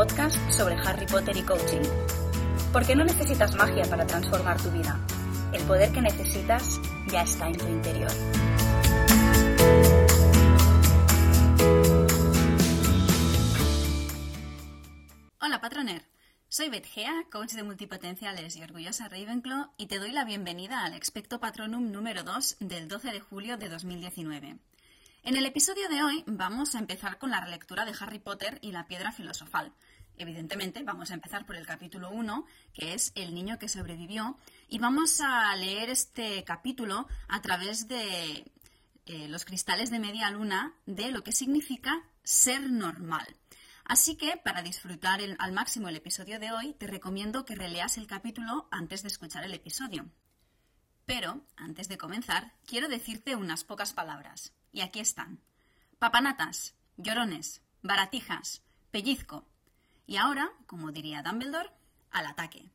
podcast sobre Harry Potter y coaching. Porque no necesitas magia para transformar tu vida. El poder que necesitas ya está en tu interior. Hola patroner, soy Beth Gea, coach de multipotenciales y orgullosa Ravenclaw, y te doy la bienvenida al Expecto Patronum número 2 del 12 de julio de 2019. En el episodio de hoy vamos a empezar con la relectura de Harry Potter y la Piedra Filosofal. Evidentemente vamos a empezar por el capítulo 1, que es El niño que sobrevivió, y vamos a leer este capítulo a través de los cristales de media luna de lo que significa ser normal. Así que, para disfrutar al máximo el episodio de hoy, te recomiendo que releas el capítulo antes de escuchar el episodio. Pero, antes de comenzar, quiero decirte unas pocas palabras. Y aquí están. Papanatas, llorones, baratijas, pellizco. Y ahora, como diría Dumbledore, al ataque.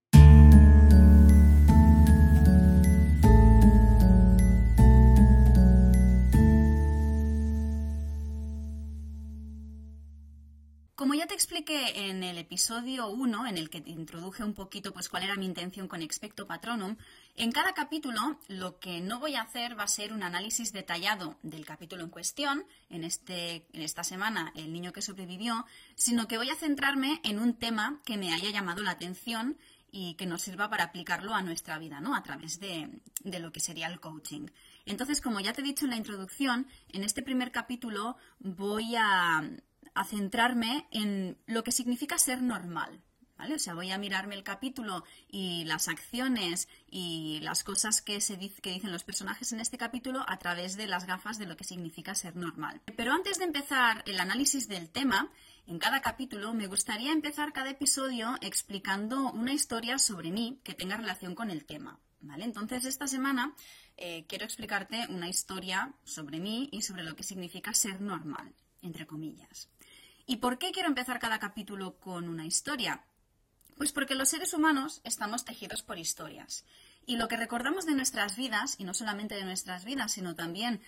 Como ya te expliqué en el episodio 1, en el que te introduje un poquito pues cuál era mi intención con Expecto Patronum, en cada capítulo lo que no voy a hacer va a ser un análisis detallado del capítulo en cuestión, en esta semana El niño que sobrevivió, sino que voy a centrarme en un tema que me haya llamado la atención y que nos sirva para aplicarlo a nuestra vida, ¿no? A través de lo que sería el coaching. Entonces, como ya te he dicho en la introducción, en este primer capítulo voy a centrarme en lo que significa ser normal, ¿vale? O sea, voy a mirarme el capítulo y las acciones y las cosas que dicen los personajes en este capítulo a través de las gafas de lo que significa ser normal. Pero antes de empezar el análisis del tema, en cada capítulo me gustaría empezar cada episodio explicando una historia sobre mí que tenga relación con el tema, ¿vale? Entonces, esta semana quiero explicarte una historia sobre mí y sobre lo que significa ser normal, entre comillas. ¿Y por qué quiero empezar cada capítulo con una historia? Pues porque los seres humanos estamos tejidos por historias. Y lo que recordamos de nuestras vidas, y no solamente de nuestras vidas, sino también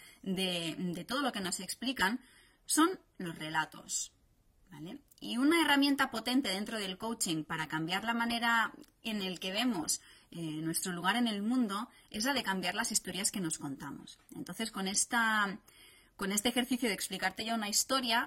de todo lo que nos explican, son los relatos, ¿vale? Y una herramienta potente dentro del coaching para cambiar la manera en la que vemos nuestro lugar en el mundo es la de cambiar las historias que nos contamos. Entonces, con este ejercicio de explicarte ya una historia,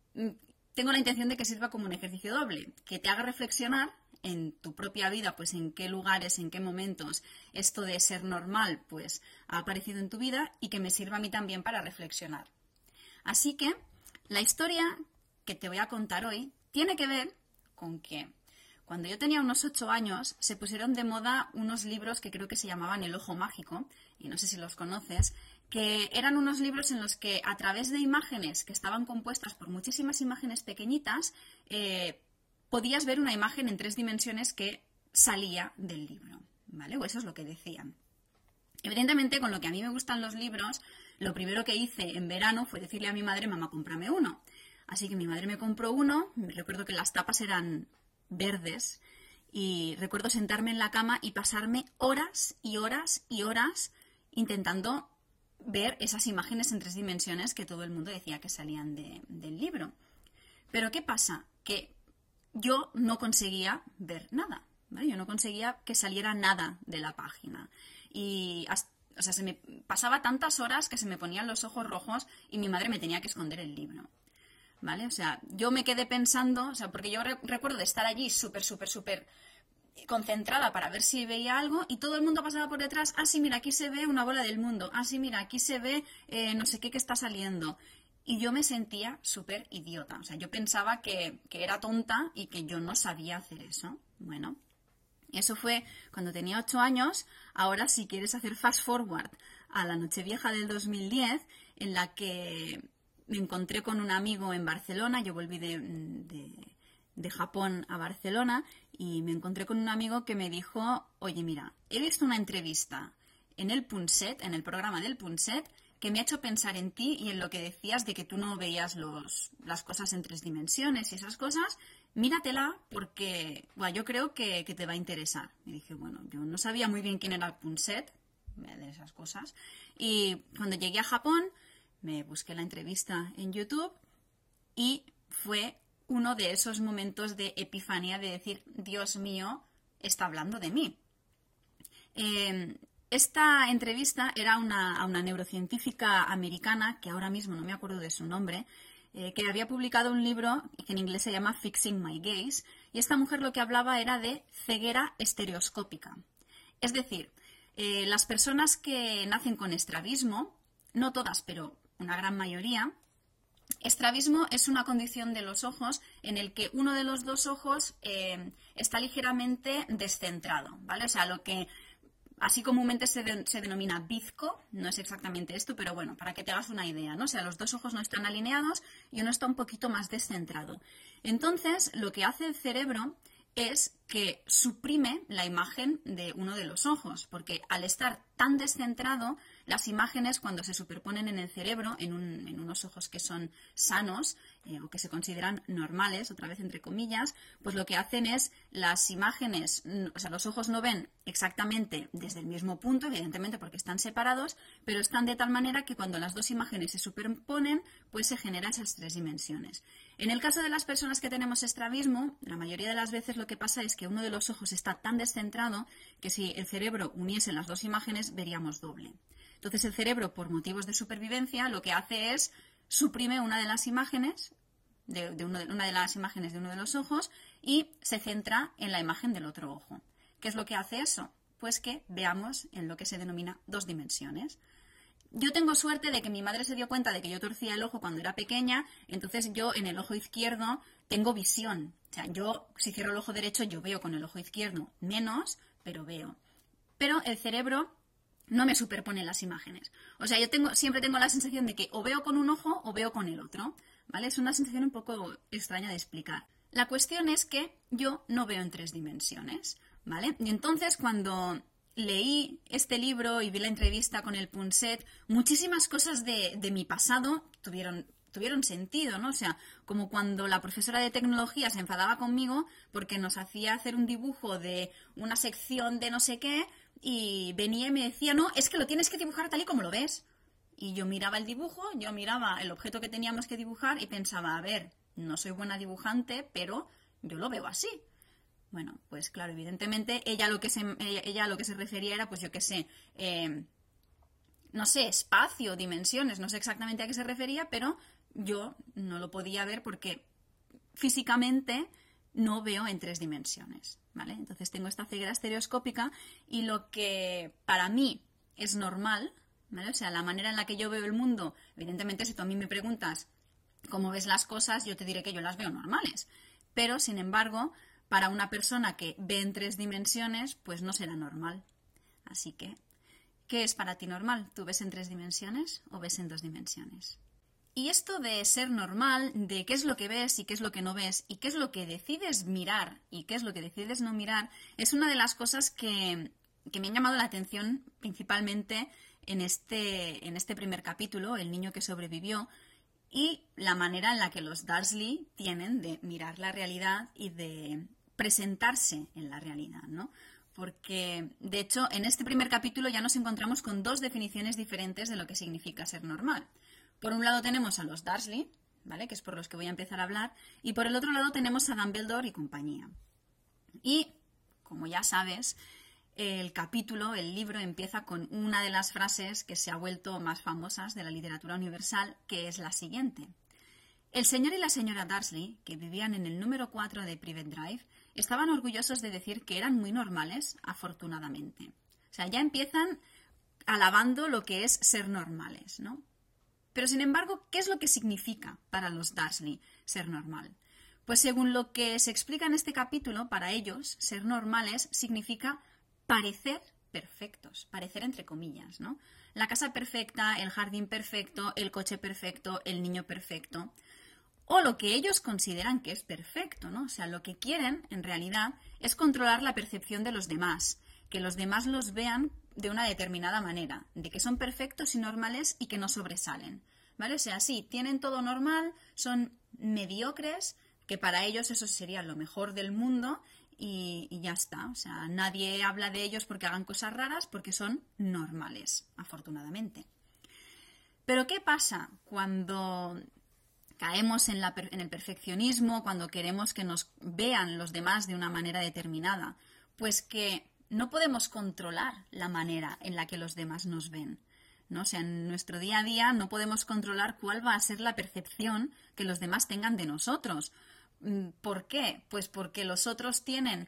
tengo la intención de que sirva como un ejercicio doble, que te haga reflexionar en tu propia vida, pues en qué lugares, en qué momentos esto de ser normal pues ha aparecido en tu vida y que me sirva a mí también para reflexionar. Así que la historia que te voy a contar hoy tiene que ver con que cuando yo tenía unos 8 años se pusieron de moda unos libros que creo que se llamaban El Ojo Mágico, y no sé si los conoces, que eran unos libros en los que a través de imágenes que estaban compuestas por muchísimas imágenes pequeñitas, podías ver una imagen en 3 dimensiones que salía del libro, ¿vale? O eso es lo que decían. Evidentemente, con lo que a mí me gustan los libros, lo primero que hice en verano fue decirle a mi madre, mamá, cómprame uno. Así que mi madre me compró uno, recuerdo que las tapas eran verdes, y recuerdo sentarme en la cama y pasarme horas y horas y horas intentando ver esas imágenes en 3 dimensiones que todo el mundo decía que salían del libro. Pero ¿qué pasa? Que yo no conseguía ver nada, ¿vale? Yo no conseguía que saliera nada de la página. Y se me pasaba tantas horas que se me ponían los ojos rojos y mi madre me tenía que esconder el libro, ¿vale? O sea, yo me quedé pensando, porque yo recuerdo de estar allí súper concentrada para ver si veía algo y todo el mundo pasaba por detrás. Ah, sí, mira, aquí se ve una bola del mundo. Ah, sí, mira, aquí se ve no sé qué que está saliendo. Y yo me sentía súper idiota. O sea, yo pensaba que era tonta y que yo no sabía hacer eso. Bueno, eso fue cuando tenía 8 años. Ahora, si quieres hacer fast forward a la Nochevieja del 2010, en la que me encontré con un amigo en Barcelona. Yo volví de Japón a Barcelona y me encontré con un amigo que me dijo, oye, mira, he visto una entrevista en el Punset, en el programa del Punset, que me ha hecho pensar en ti y en lo que decías de que tú no veías las cosas en 3 dimensiones y esas cosas. Míratela porque yo creo que te va a interesar. Y dije, bueno, yo no sabía muy bien quién era el Punset, de esas cosas. Y cuando llegué a Japón, me busqué la entrevista en YouTube y fue uno de esos momentos de epifanía de decir, Dios mío, está hablando de mí. Esta entrevista era a una neurocientífica americana, que ahora mismo no me acuerdo de su nombre, que había publicado un libro que en inglés se llama Fixing My Gaze, y esta mujer lo que hablaba era de ceguera estereoscópica. Es decir, las personas que nacen con estrabismo, no todas, pero una gran mayoría, estrabismo es una condición de los ojos en el que uno de los dos ojos está ligeramente descentrado, ¿vale? O sea, lo que así comúnmente se denomina bizco, no es exactamente esto, pero bueno, para que te hagas una idea, ¿no? O sea, los dos ojos no están alineados y uno está un poquito más descentrado. Entonces, lo que hace el cerebro es que suprime la imagen de uno de los ojos, porque al estar tan descentrado, las imágenes cuando se superponen en el cerebro, en unos ojos que son sanos o que se consideran normales, otra vez entre comillas, pues lo que hacen es las imágenes, o sea, los ojos no ven exactamente desde el mismo punto, evidentemente porque están separados, pero están de tal manera que cuando las dos imágenes se superponen, pues se generan esas tres dimensiones. En el caso de las personas que tenemos estrabismo, la mayoría de las veces lo que pasa es que uno de los ojos está tan descentrado que si el cerebro uniese las dos imágenes veríamos doble. Entonces el cerebro, por motivos de supervivencia, lo que hace es suprime una de las imágenes una de las imágenes de uno de los ojos y se centra en la imagen del otro ojo. ¿Qué es lo que hace eso? Pues que veamos en lo que se denomina dos dimensiones. Yo tengo suerte de que mi madre se dio cuenta de que yo torcía el ojo cuando era pequeña, entonces yo en el ojo izquierdo tengo visión. O sea, yo si cierro el ojo derecho yo veo con el ojo izquierdo menos, pero veo. Pero el cerebro no me superpone las imágenes. O sea, siempre tengo la sensación de que o veo con un ojo o veo con el otro, ¿vale? Es una sensación un poco extraña de explicar. La cuestión es que yo no veo en tres dimensiones, ¿vale? Y entonces cuando leí este libro y vi la entrevista con el Punset, muchísimas cosas de mi pasado tuvieron sentido, ¿no? O sea, como cuando la profesora de tecnología se enfadaba conmigo porque nos hacía hacer un dibujo de una sección de no sé qué y venía y me decía, no, es que lo tienes que dibujar tal y como lo ves. Y yo miraba el dibujo, yo miraba el objeto que teníamos que dibujar y pensaba, a ver, no soy buena dibujante, pero yo lo veo así. Bueno, pues claro, evidentemente ella a lo que se refería era, pues yo qué sé, no sé, espacio, dimensiones, no sé exactamente a qué se refería, pero yo no lo podía ver porque físicamente no veo en tres dimensiones, ¿vale? Entonces tengo esta ceguera estereoscópica y lo que para mí es normal, ¿vale? O sea, la manera en la que yo veo el mundo, evidentemente si tú a mí me preguntas cómo ves las cosas, yo te diré que yo las veo normales, pero sin embargo, para una persona que ve en tres dimensiones, pues no será normal. Así que, ¿qué es para ti normal? ¿Tú ves en tres dimensiones o ves en dos dimensiones? Y esto de ser normal, de qué es lo que ves y qué es lo que no ves, y qué es lo que decides mirar y qué es lo que decides no mirar, es una de las cosas que me han llamado la atención principalmente en este primer capítulo, El niño que sobrevivió, y la manera en la que los Dursley tienen de mirar la realidad y de presentarse en la realidad, ¿no? Porque, de hecho, en este primer capítulo ya nos encontramos con dos definiciones diferentes de lo que significa ser normal. Por un lado tenemos a los Dursley, ¿vale? Que es por los que voy a empezar a hablar, y por el otro lado tenemos a Dumbledore y compañía. Y, como ya sabes, el libro empieza con una de las frases que se ha vuelto más famosas de la literatura universal, que es la siguiente. El señor y la señora Dursley, que vivían en el número 4 de Private Drive, estaban orgullosos de decir que eran muy normales, afortunadamente. O sea, ya empiezan alabando lo que es ser normales, ¿no? Pero, sin embargo, ¿qué es lo que significa para los Dursley ser normal? Pues según lo que se explica en este capítulo, para ellos, ser normales significa parecer perfectos, parecer entre comillas, ¿no? La casa perfecta, el jardín perfecto, el coche perfecto, el niño perfecto, o lo que ellos consideran que es perfecto, ¿no? O sea, lo que quieren, en realidad, es controlar la percepción de los demás, que los demás los vean de una determinada manera, de que son perfectos y normales y que no sobresalen, ¿vale? O sea, sí, tienen todo normal, son mediocres, que para ellos eso sería lo mejor del mundo y ya está. O sea, nadie habla de ellos porque hagan cosas raras, porque son normales, afortunadamente. Pero ¿qué pasa cuando caemos en el perfeccionismo cuando queremos que nos vean los demás de una manera determinada, pues que no podemos controlar la manera en la que los demás nos ven, ¿no? O sea, en nuestro día a día no podemos controlar cuál va a ser la percepción que los demás tengan de nosotros. ¿Por qué? Pues porque los otros tienen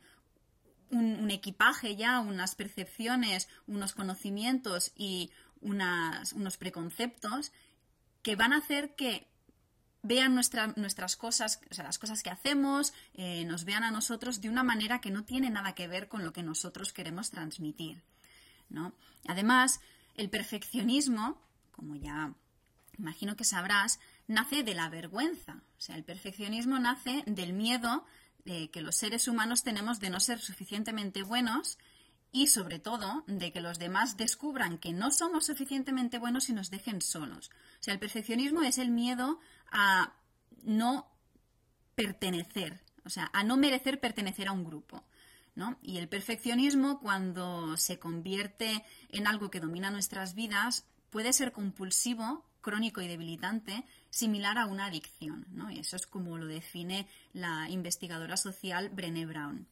un equipaje ya, unas percepciones, unos conocimientos y unos preconceptos que van a hacer que vean nuestras cosas, o sea, las cosas que hacemos, nos vean a nosotros de una manera que no tiene nada que ver con lo que nosotros queremos transmitir, ¿no? Además, el perfeccionismo, como ya imagino que sabrás, nace de la vergüenza. O sea, el perfeccionismo nace del miedo que los seres humanos tenemos de no ser suficientemente buenos y, sobre todo, de que los demás descubran que no somos suficientemente buenos y nos dejen solos. O sea, el perfeccionismo es el miedo a no pertenecer, o sea, a no merecer pertenecer a un grupo, ¿no? Y el perfeccionismo, cuando se convierte en algo que domina nuestras vidas, puede ser compulsivo, crónico y debilitante, similar a una adicción, ¿no? Y eso es como lo define la investigadora social Brené Brown.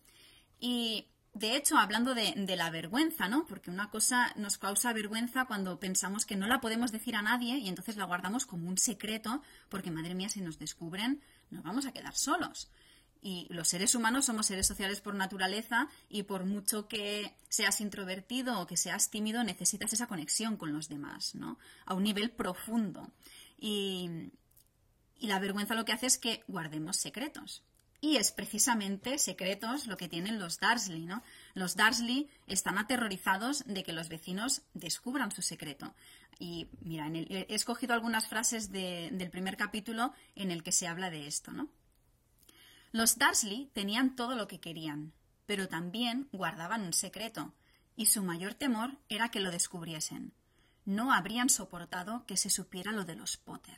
Y de hecho, hablando de la vergüenza, ¿no? Porque una cosa nos causa vergüenza cuando pensamos que no la podemos decir a nadie y entonces la guardamos como un secreto porque, madre mía, si nos descubren, nos vamos a quedar solos. Y los seres humanos somos seres sociales por naturaleza y por mucho que seas introvertido o que seas tímido, necesitas esa conexión con los demás, ¿no? A un nivel profundo. Y la vergüenza lo que hace es que guardemos secretos. Y es precisamente secretos lo que tienen los Dursley, ¿no? Los Dursley están aterrorizados de que los vecinos descubran su secreto. Y mira, he escogido algunas frases del primer capítulo en el que se habla de esto, ¿no? Los Dursley tenían todo lo que querían, pero también guardaban un secreto, y su mayor temor era que lo descubriesen. No habrían soportado que se supiera lo de los Potter.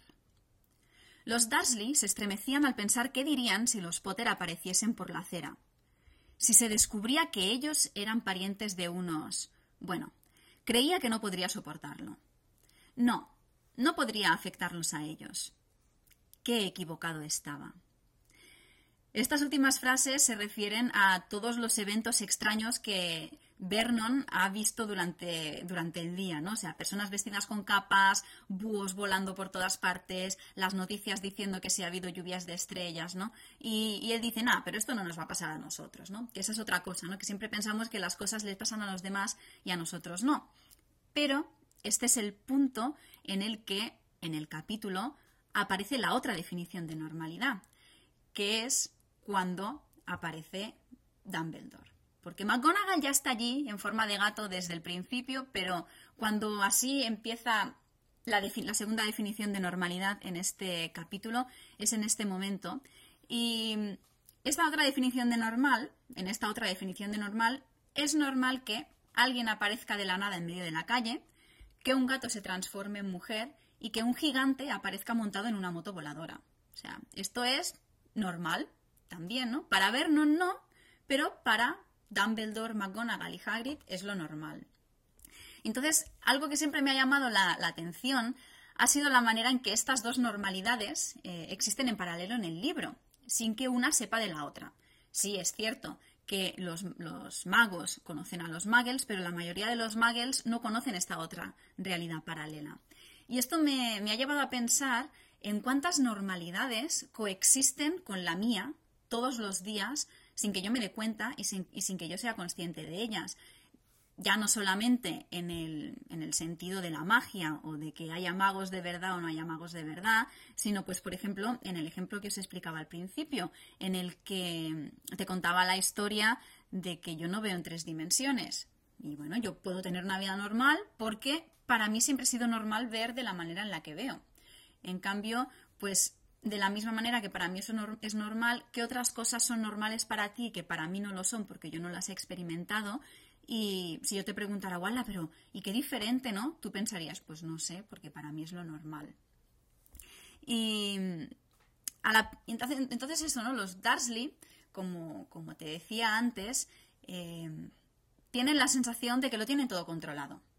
Los Dursley se estremecían al pensar qué dirían si los Potter apareciesen por la acera. Si se descubría que ellos eran parientes de unos... Bueno, creía que no podría soportarlo. No podría afectarlos a ellos. Qué equivocado estaba. Estas últimas frases se refieren a todos los eventos extraños que Vernon ha visto durante el día, ¿no? O sea, personas vestidas con capas, búhos volando por todas partes, las noticias diciendo que sí ha habido lluvias de estrellas, ¿no? Y él dice, pero esto no nos va a pasar a nosotros, ¿no? Que esa es otra cosa, ¿no? Que siempre pensamos que las cosas les pasan a los demás y a nosotros no. Pero este es el punto en el que, en el capítulo, aparece la otra definición de normalidad, que es cuando aparece Dumbledore. Porque McGonagall ya está allí en forma de gato desde el principio, pero cuando así empieza la segunda definición de normalidad en este capítulo, es en este momento. Y esta otra definición de normal, es normal que alguien aparezca de la nada en medio de la calle, que un gato se transforme en mujer y que un gigante aparezca montado en una moto voladora. O sea, esto es normal también, ¿no? Para Vernon no, pero para Dumbledore, McGonagall y Hagrid es lo normal. Entonces, algo que siempre me ha llamado la atención ha sido la manera en que estas dos normalidades existen en paralelo en el libro, sin que una sepa de la otra. Sí, es cierto que los magos conocen a los muggles, pero la mayoría de los muggles no conocen esta otra realidad paralela. Y esto me ha llevado a pensar en cuántas normalidades coexisten con la mía todos los días sin que yo me dé cuenta y sin que yo sea consciente de ellas. Ya no solamente en el sentido de la magia o de que haya magos de verdad o no haya magos de verdad, sino pues por ejemplo en el ejemplo que os explicaba al principio, en el que te contaba la historia de que yo no veo en 3 dimensiones. Y bueno, yo puedo tener una vida normal porque para mí siempre ha sido normal ver de la manera en la que veo. En cambio, pues de la misma manera que para mí eso es normal, ¿qué otras cosas son normales para ti que para mí no lo son porque yo no las he experimentado? Y si yo te preguntara, Walla, pero ¿y qué diferente, no? Tú pensarías, pues no sé, porque para mí es lo normal. Y entonces eso, ¿no? Los Dursley, como te decía antes, tienen la sensación de que lo tienen todo controlado.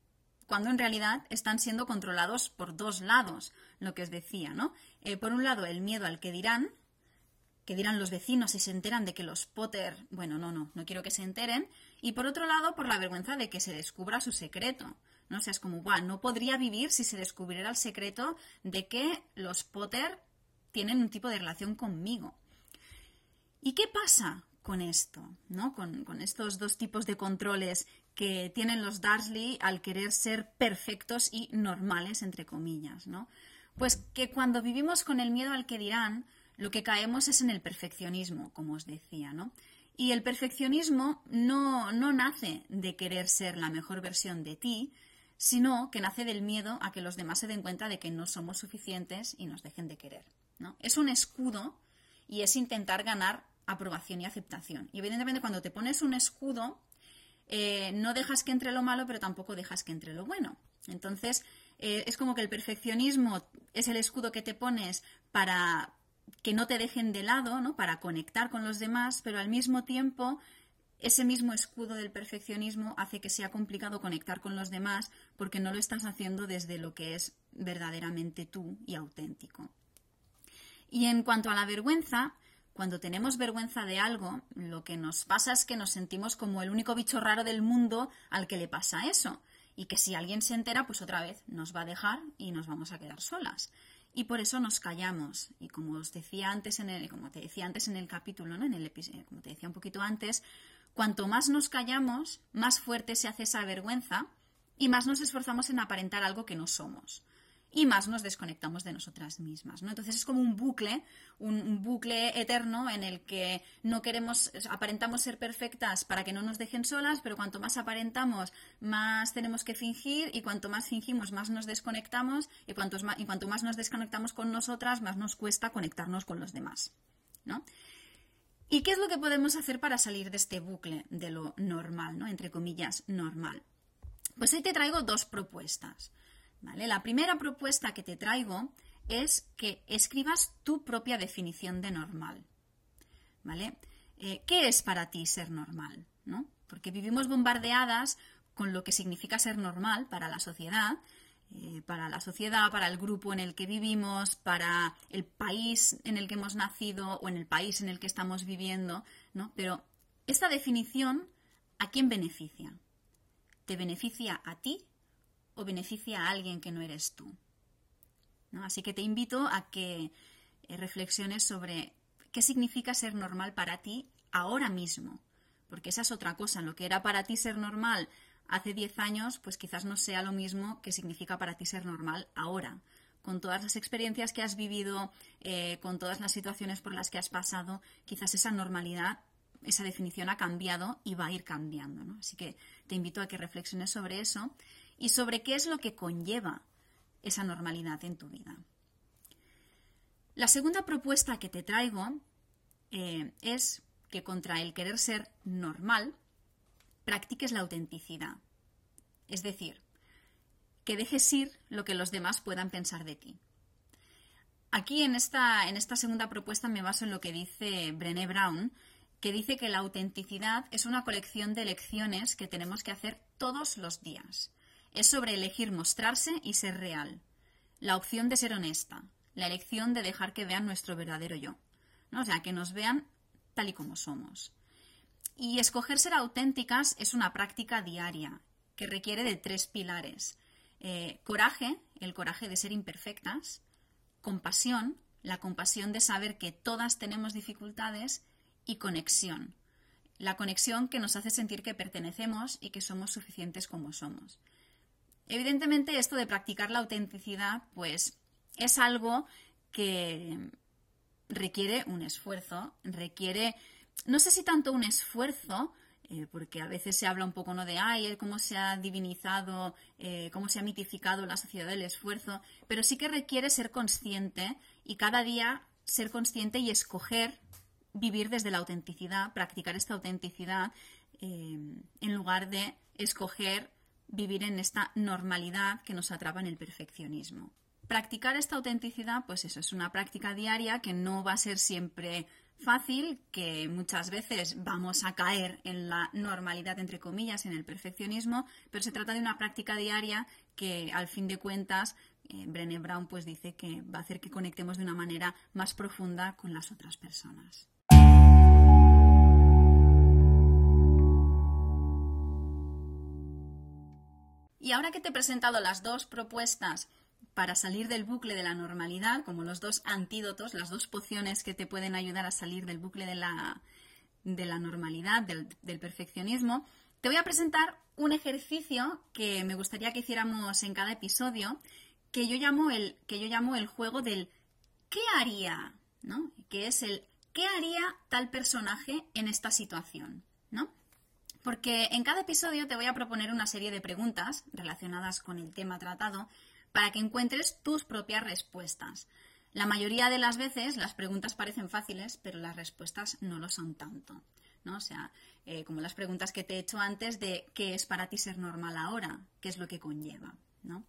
cuando en realidad están siendo controlados por dos lados, lo que os decía, ¿no? Por un lado, el miedo al que dirán los vecinos si se enteran de que los Potter, bueno, no quiero que se enteren, y por otro lado, por la vergüenza de que se descubra su secreto, ¿no? O sea, es como, no podría vivir si se descubriera el secreto de que los Potter tienen un tipo de relación conmigo. ¿Y qué pasa con esto, ¿no? Con estos dos tipos de controles que tienen los Dursley al querer ser perfectos y normales, entre comillas, ¿no? Pues que cuando vivimos con el miedo al que dirán, lo que caemos es en el perfeccionismo, como os decía, ¿no? Y el perfeccionismo no nace de querer ser la mejor versión de ti, sino que nace del miedo a que los demás se den cuenta de que no somos suficientes y nos dejen de querer, ¿no? Es un escudo y es intentar ganar aprobación y aceptación. Y evidentemente cuando te pones un escudo, no dejas que entre lo malo, pero tampoco dejas que entre lo bueno. Entonces, es como que el perfeccionismo es el escudo que te pones para que no te dejen de lado, ¿no? Para conectar con los demás, pero al mismo tiempo ese mismo escudo del perfeccionismo hace que sea complicado conectar con los demás porque no lo estás haciendo desde lo que es verdaderamente tú y auténtico. Y en cuanto a la vergüenza, cuando tenemos vergüenza de algo, lo que nos pasa es que nos sentimos como el único bicho raro del mundo al que le pasa eso. Y que si alguien se entera, pues otra vez nos va a dejar y nos vamos a quedar solas. Y por eso nos callamos. Y como os decía antes como te decía antes en el capítulo, ¿no? Como te decía un poquito antes, cuanto más nos callamos, más fuerte se hace esa vergüenza y más nos esforzamos en aparentar algo que no somos. Y más nos desconectamos de nosotras mismas, ¿no? Entonces es como un bucle eterno en el que no aparentamos ser perfectas para que no nos dejen solas, pero cuanto más aparentamos, más tenemos que fingir, y cuanto más fingimos, más nos desconectamos, y cuanto más nos desconectamos con nosotras, más nos cuesta conectarnos con los demás, ¿no? ¿Y qué es lo que podemos hacer para salir de este bucle de lo normal, ¿no? Entre comillas, normal? Pues hoy te traigo dos propuestas. ¿Vale? La primera propuesta que te traigo es que escribas tu propia definición de normal. ¿Vale? ¿Qué es para ti ser normal? ¿No? Porque vivimos bombardeadas con lo que significa ser normal para la sociedad, para el grupo en el que vivimos, para el país en el que hemos nacido o en el país en el que estamos viviendo, ¿no? Pero esta definición, ¿a quién beneficia? ¿Te beneficia a ti o beneficia a alguien que no eres tú? ¿No? Así que te invito a que reflexiones sobre qué significa ser normal para ti ahora mismo, porque esa es otra cosa. Lo que era para ti ser normal hace 10 años, pues quizás no sea lo mismo que significa para ti ser normal ahora. Con todas las experiencias que has vivido, con todas las situaciones por las que has pasado, quizás esa normalidad, esa definición ha cambiado y va a ir cambiando, ¿no? Así que te invito a que reflexiones sobre eso y sobre qué es lo que conlleva esa normalidad en tu vida. La segunda propuesta que te traigo es que contra el querer ser normal, practiques la autenticidad. Es decir, que dejes ir lo que los demás puedan pensar de ti. Aquí en esta segunda propuesta me baso en lo que dice Brené Brown, que dice que la autenticidad es una colección de elecciones que tenemos que hacer todos los días. Es sobre elegir mostrarse y ser real. La opción de ser honesta. La elección de dejar que vean nuestro verdadero yo, ¿no? O sea, que nos vean tal y como somos. Y escoger ser auténticas es una práctica diaria que requiere de 3 pilares. Coraje, el coraje de ser imperfectas. Compasión, la compasión de saber que todas tenemos dificultades. Y conexión, la conexión que nos hace sentir que pertenecemos y que somos suficientes como somos. Evidentemente, esto de practicar la autenticidad, pues es algo que requiere un esfuerzo, no sé si tanto un esfuerzo, porque a veces se habla un poco, ¿no?, de cómo se ha divinizado, cómo se ha mitificado la sociedad del esfuerzo, pero sí que requiere ser consciente y cada día ser consciente y escoger vivir desde la autenticidad, practicar esta autenticidad, en lugar de escoger vivir en esta normalidad que nos atrapa en el perfeccionismo. Practicar esta autenticidad, pues eso, es una práctica diaria que no va a ser siempre fácil, que muchas veces vamos a caer en la normalidad, entre comillas, en el perfeccionismo, pero se trata de una práctica diaria que, al fin de cuentas, Brené Brown pues dice que va a hacer que conectemos de una manera más profunda con las otras personas. Y ahora que te he presentado las dos propuestas para salir del bucle de la normalidad, como los dos antídotos, las dos pociones que te pueden ayudar a salir del bucle de la normalidad, del perfeccionismo, te voy a presentar un ejercicio que me gustaría que hiciéramos en cada episodio, que yo llamo el juego del ¿qué haría?, ¿no? Que es el ¿qué haría tal personaje en esta situación?, ¿no? Porque en cada episodio te voy a proponer una serie de preguntas relacionadas con el tema tratado para que encuentres tus propias respuestas. La mayoría de las veces las preguntas parecen fáciles, pero las respuestas no lo son tanto, ¿no? O sea, como las preguntas que te he hecho antes de ¿qué es para ti ser normal ahora? ¿Qué es lo que conlleva?, ¿no?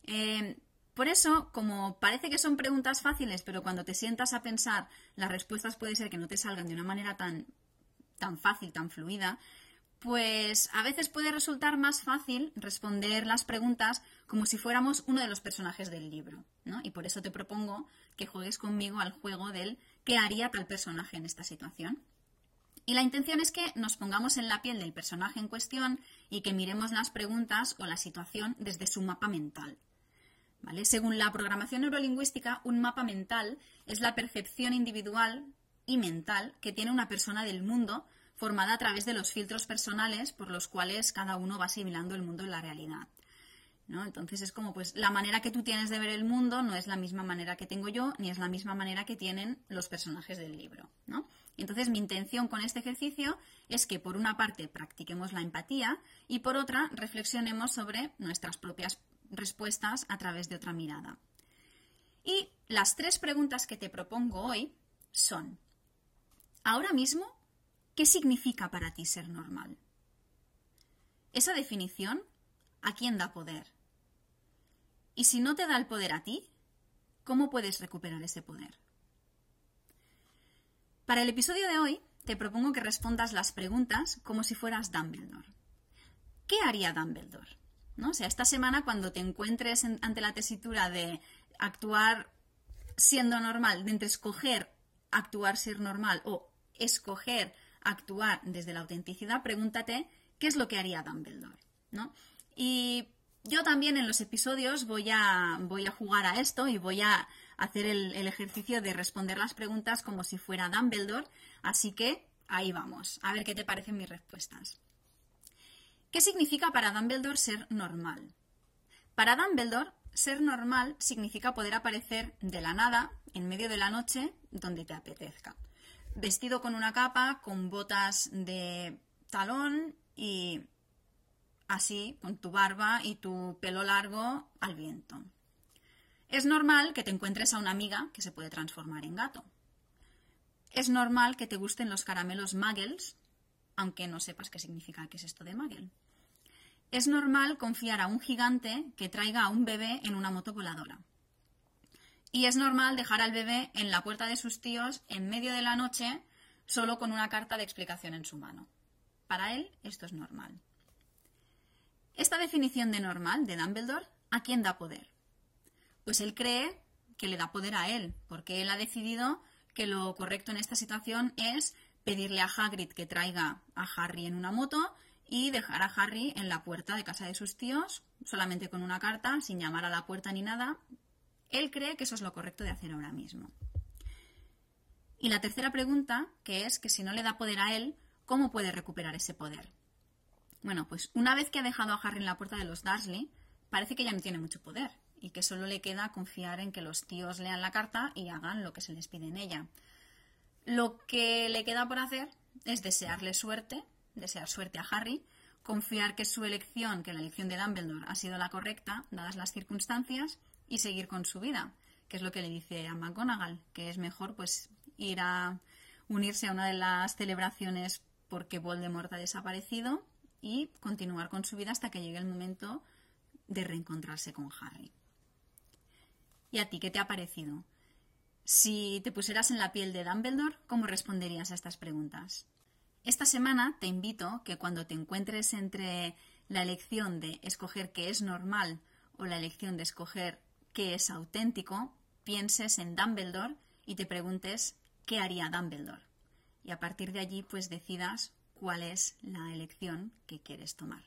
Por eso, como parece que son preguntas fáciles, pero cuando te sientas a pensar, las respuestas puede ser que no te salgan de una manera tan fácil, tan fluida, pues a veces puede resultar más fácil responder las preguntas como si fuéramos uno de los personajes del libro, ¿no? Y por eso te propongo que juegues conmigo al juego del ¿qué haría tal personaje en esta situación? Y la intención es que nos pongamos en la piel del personaje en cuestión y que miremos las preguntas o la situación desde su mapa mental, ¿vale? Según la programación neurolingüística, un mapa mental es la percepción individual y mental que tiene una persona del mundo, formada a través de los filtros personales por los cuales cada uno va asimilando el mundo en la realidad, ¿no? Entonces es como, pues, la manera que tú tienes de ver el mundo no es la misma manera que tengo yo, ni es la misma manera que tienen los personajes del libro, ¿no? Entonces mi intención con este ejercicio es que, por una parte, practiquemos la empatía y, por otra, reflexionemos sobre nuestras propias respuestas a través de otra mirada. Y las 3 preguntas que te propongo hoy son: ahora mismo, ¿qué significa para ti ser normal? Esa definición, ¿a quién da poder? Y si no te da el poder a ti, ¿cómo puedes recuperar ese poder? Para el episodio de hoy, te propongo que respondas las preguntas como si fueras Dumbledore. ¿Qué haría Dumbledore?, ¿no? O sea, esta semana, cuando te encuentres ante la tesitura de actuar siendo normal, de entre escoger actuar ser normal o escoger actuar desde la autenticidad, pregúntate qué es lo que haría Dumbledore, ¿no? Y yo también en los episodios voy a jugar a esto y voy a hacer el ejercicio de responder las preguntas como si fuera Dumbledore, así que ahí vamos, a ver qué te parecen mis respuestas. ¿Qué significa para Dumbledore ser normal? Para Dumbledore, ser normal significa poder aparecer de la nada, en medio de la noche, donde te apetezca, vestido con una capa, con botas de talón y así, con tu barba y tu pelo largo al viento. Es normal que te encuentres a una amiga que se puede transformar en gato. Es normal que te gusten los caramelos Muggles, aunque no sepas qué significa qué es esto de Muggle. Es normal confiar a un gigante que traiga a un bebé en una moto voladora. Y es normal dejar al bebé en la puerta de sus tíos en medio de la noche, solo con una carta de explicación en su mano. Para él, esto es normal. Esta definición de normal de Dumbledore, ¿a quién da poder? Pues él cree que le da poder a él, porque él ha decidido que lo correcto en esta situación es pedirle a Hagrid que traiga a Harry en una moto y dejar a Harry en la puerta de casa de sus tíos, solamente con una carta, sin llamar a la puerta ni nada. Él cree que eso es lo correcto de hacer ahora mismo. Y la tercera pregunta, que es que si no le da poder a él, ¿cómo puede recuperar ese poder? Bueno, pues una vez que ha dejado a Harry en la puerta de los Dursley, parece que ya no tiene mucho poder y que solo le queda confiar en que los tíos lean la carta y hagan lo que se les pide en ella. Lo que le queda por hacer es desear suerte a Harry, confiar que su elección, que la elección de Dumbledore ha sido la correcta, dadas las circunstancias, y seguir con su vida, que es lo que le dice a McGonagall, que es mejor pues ir a unirse a una de las celebraciones porque Voldemort ha desaparecido y continuar con su vida hasta que llegue el momento de reencontrarse con Harry. ¿Y a ti qué te ha parecido? Si te pusieras en la piel de Dumbledore, ¿cómo responderías a estas preguntas? Esta semana te invito que cuando te encuentres entre la elección de escoger qué es normal o la elección de escoger qué es auténtico, pienses en Dumbledore y te preguntes qué haría Dumbledore. Y a partir de allí pues decidas cuál es la elección que quieres tomar.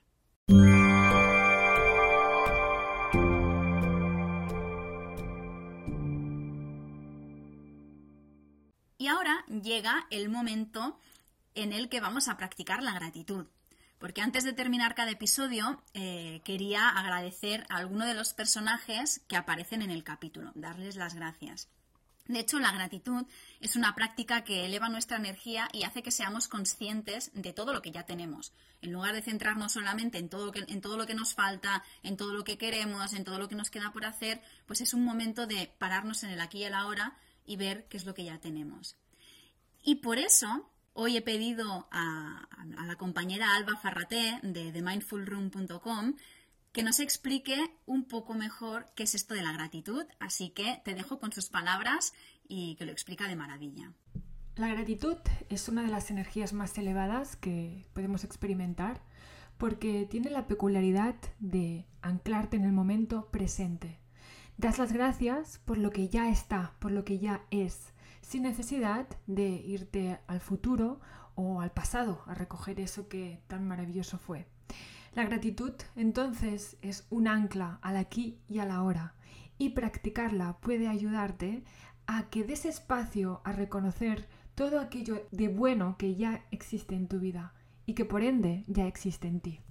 Y ahora llega el momento en el que vamos a practicar la gratitud. Porque antes de terminar cada episodio, quería agradecer a alguno de los personajes que aparecen en el capítulo, darles las gracias. De hecho, la gratitud es una práctica que eleva nuestra energía y hace que seamos conscientes de todo lo que ya tenemos. En lugar de centrarnos solamente en todo lo que nos falta, en todo lo que queremos, en todo lo que nos queda por hacer, pues es un momento de pararnos en el aquí y el ahora y ver qué es lo que ya tenemos. Y por eso hoy he pedido a la compañera Alba Farraté de TheMindfulRoom.com que nos explique un poco mejor qué es esto de la gratitud, así que te dejo con sus palabras y que lo explica de maravilla. La gratitud es una de las energías más elevadas que podemos experimentar porque tiene la peculiaridad de anclarte en el momento presente. Das las gracias por lo que ya está, por lo que ya es, sin necesidad de irte al futuro o al pasado a recoger eso que tan maravilloso fue. La gratitud, entonces, es un ancla al aquí y a la ahora, y practicarla puede ayudarte a que des espacio a reconocer todo aquello de bueno que ya existe en tu vida y que por ende ya existe en ti.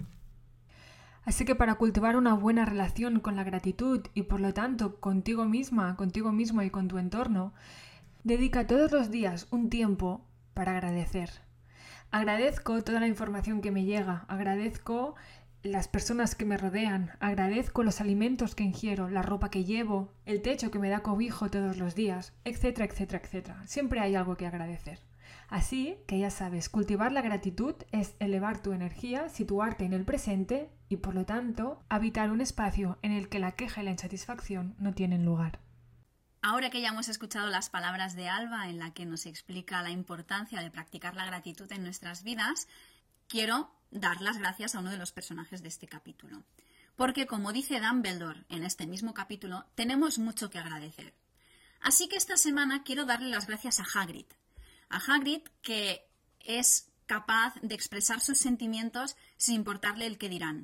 Así que para cultivar una buena relación con la gratitud y por lo tanto contigo misma, contigo mismo y con tu entorno, dedica todos los días un tiempo para agradecer. Agradezco toda la información que me llega, agradezco las personas que me rodean, agradezco los alimentos que ingiero, la ropa que llevo, el techo que me da cobijo todos los días, etcétera, etcétera, etcétera. Siempre hay algo que agradecer. Así que ya sabes, cultivar la gratitud es elevar tu energía, situarte en el presente y por lo tanto habitar un espacio en el que la queja y la insatisfacción no tienen lugar. Ahora que ya hemos escuchado las palabras de Alba en la que nos explica la importancia de practicar la gratitud en nuestras vidas, quiero dar las gracias a uno de los personajes de este capítulo. Porque, como dice Dumbledore en este mismo capítulo, tenemos mucho que agradecer. Así que esta semana quiero darle las gracias a Hagrid. A Hagrid, que es capaz de expresar sus sentimientos sin importarle el qué dirán.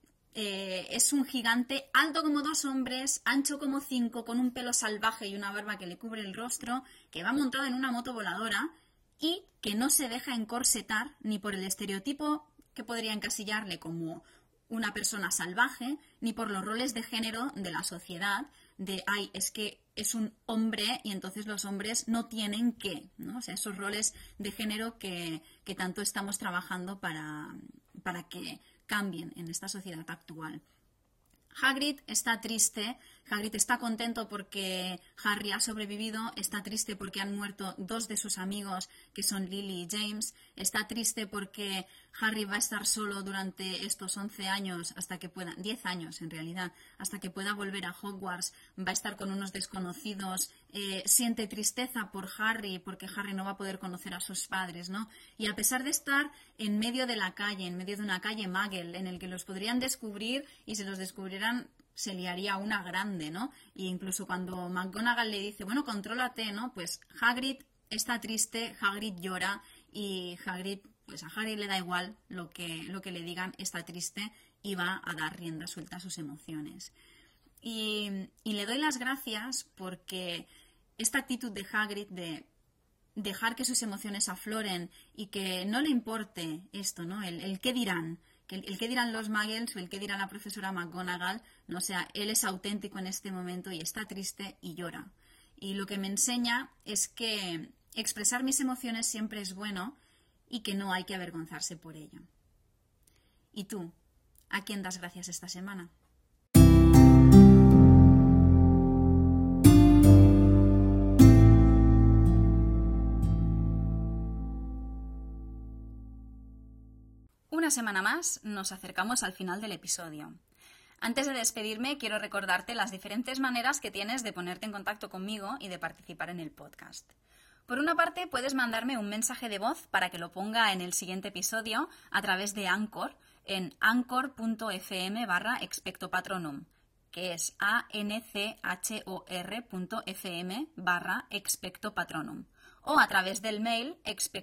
Es un gigante alto como 2 hombres, ancho como 5, con un pelo salvaje y una barba que le cubre el rostro, que va montado en una moto voladora y que no se deja encorsetar ni por el estereotipo que podría encasillarle como una persona salvaje, ni por los roles de género de la sociedad, de, ay, es que es un hombre y entonces los hombres no tienen que, ¿no? O sea, esos roles de género que tanto estamos trabajando para que cambien en esta sociedad actual. Hagrid está triste, Hagrid está contento porque Harry ha sobrevivido, está triste porque han muerto 2 de sus amigos que son Lily y James, está triste porque Harry va a estar solo durante estos 11 años, hasta que pueda, 10 años en realidad, hasta que pueda volver a Hogwarts, va a estar con unos desconocidos, siente tristeza por Harry porque Harry no va a poder conocer a sus padres, ¿no? Y a pesar de estar en medio de la calle, en medio de una calle Muggle, en el que los podrían descubrir y si los descubrieran se liaría una grande, ¿no? Y incluso cuando McGonagall le dice, bueno, contrólate, ¿no? Pues Hagrid está triste, Hagrid llora y Hagrid, pues a Hagrid le da igual lo que le digan, está triste y va a dar rienda suelta a sus emociones. Y le doy las gracias porque esta actitud de Hagrid de dejar que sus emociones afloren y que no le importe esto, ¿no? El qué dirán, el qué dirán los Muggles o el qué dirá la profesora McGonagall, no, o sea, él es auténtico en este momento y está triste y llora. Y lo que me enseña es que expresar mis emociones siempre es bueno y que no hay que avergonzarse por ello. ¿Y tú? ¿A quién das gracias esta semana? Una semana más nos acercamos al final del episodio. Antes de despedirme, quiero recordarte las diferentes maneras que tienes de ponerte en contacto conmigo y de participar en el podcast. Por una parte, puedes mandarme un mensaje de voz para que lo ponga en el siguiente episodio a través de Anchor en anchor.fm/expectopatronum, que es anchor.fm/expectopatronum, o a través del mail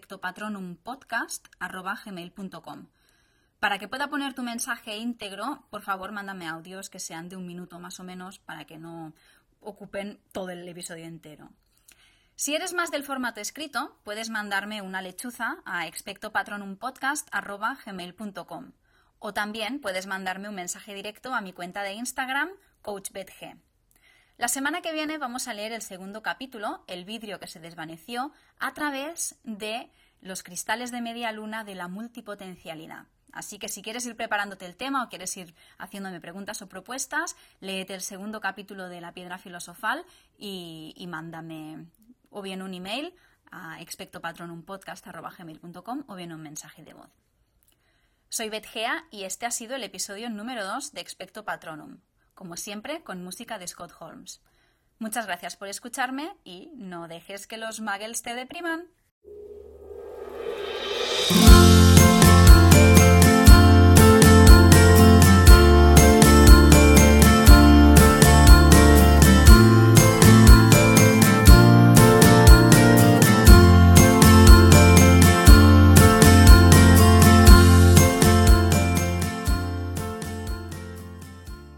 expectopatronumpodcast@gmail.com. Para que pueda poner tu mensaje íntegro, por favor, mándame audios que sean de 1 minuto más o menos para que no ocupen todo el episodio entero. Si eres más del formato escrito, puedes mandarme una lechuza a expectopatronumpodcast@gmail.com, o también puedes mandarme un mensaje directo a mi cuenta de Instagram, CoachBetG. La semana que viene vamos a leer el segundo capítulo, El vidrio que se desvaneció, a través de los cristales de media luna de la multipotencialidad. Así que si quieres ir preparándote el tema o quieres ir haciéndome preguntas o propuestas, léete el segundo capítulo de La piedra filosofal y mándame o bien un email a expectopatronumpodcast@gmail.com o bien un mensaje de voz. Soy Bet Gea y este ha sido el episodio número 2 de Expecto Patronum, como siempre con música de Scott Holmes. Muchas gracias por escucharme y no dejes que los muggles te depriman.